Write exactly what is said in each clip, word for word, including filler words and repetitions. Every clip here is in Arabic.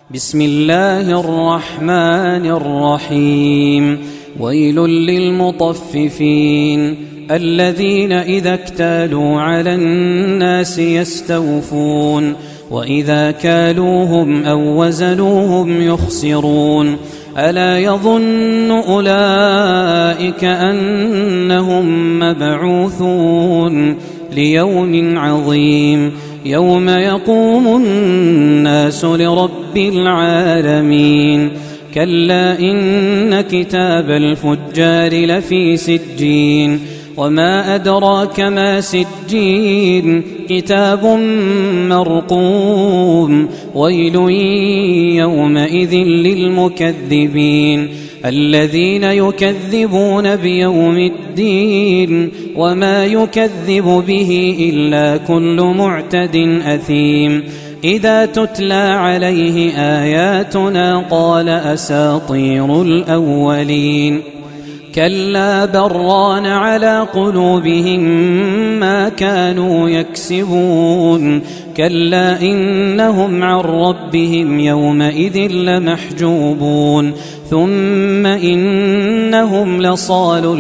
بسم الله الرحمن الرحيم. ويل للمطففين الذين إذا اكتالوا على الناس يستوفون وإذا كالوهم أو وزنوهم يخسرون ألا يظن أولئك أنهم مبعوثون ليوم عظيم يوم يقوم الناس لرب العالمين. كلا إن كتاب الفجار لفي سجين وما أدراك ما سجين كتاب مرقوم ويل يومئذ للمكذبين الذين يكذبون بيوم الدين وما يكذب به إلا كل معتد أثيم. إذا تتلى عليه آياتنا قال أساطير الأولين. كلا بران على قلوبهم ما كانوا يكسبون كلا إنهم عن ربهم يومئذ لمحجوبون ثم إنهم لصالو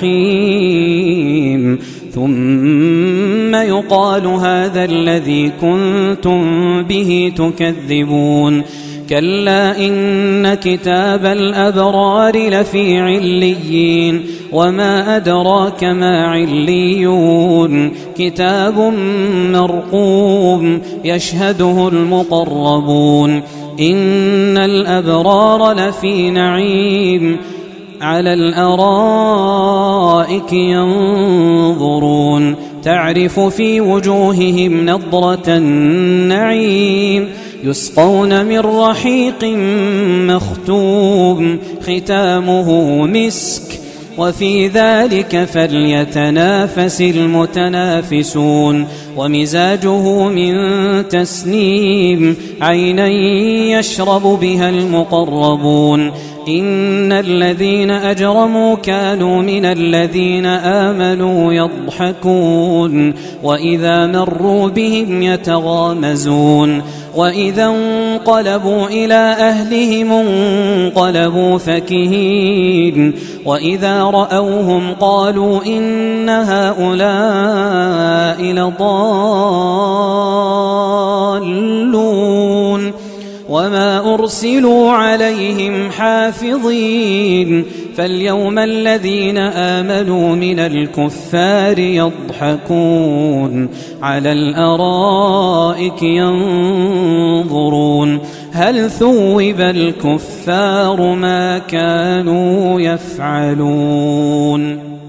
الجحيم ثم يقال هذا الذي كنتم به تكذبون. كلا إن كتاب الأبرار لفي عليين وما أدراك ما عليون كتاب مرقوم يشهده المقربون إن الأبرار لفي نعيم على الأرائك ينظرون تعرف في وجوههم نضرة النعيم يسقون من رحيق مختوم ختامه مسك وفي ذلك فليتنافس المتنافسون ومزاجه من تسنيم عينا يشرب بها المقربون. إن الذين أجرموا كانوا من الذين آمنوا يضحكون وإذا مروا بهم يتغامزون وإذا انقلبوا إلى أهلهم انقلبوا فكهين وإذا رأوهم قالوا إن هؤلاء لضالون وما أرسلوا عليهم حافظين. فاليوم الذين آمنوا من الكفار يضحكون على الأرائك ينظرون هل ثوب الكفار ما كانوا يفعلون.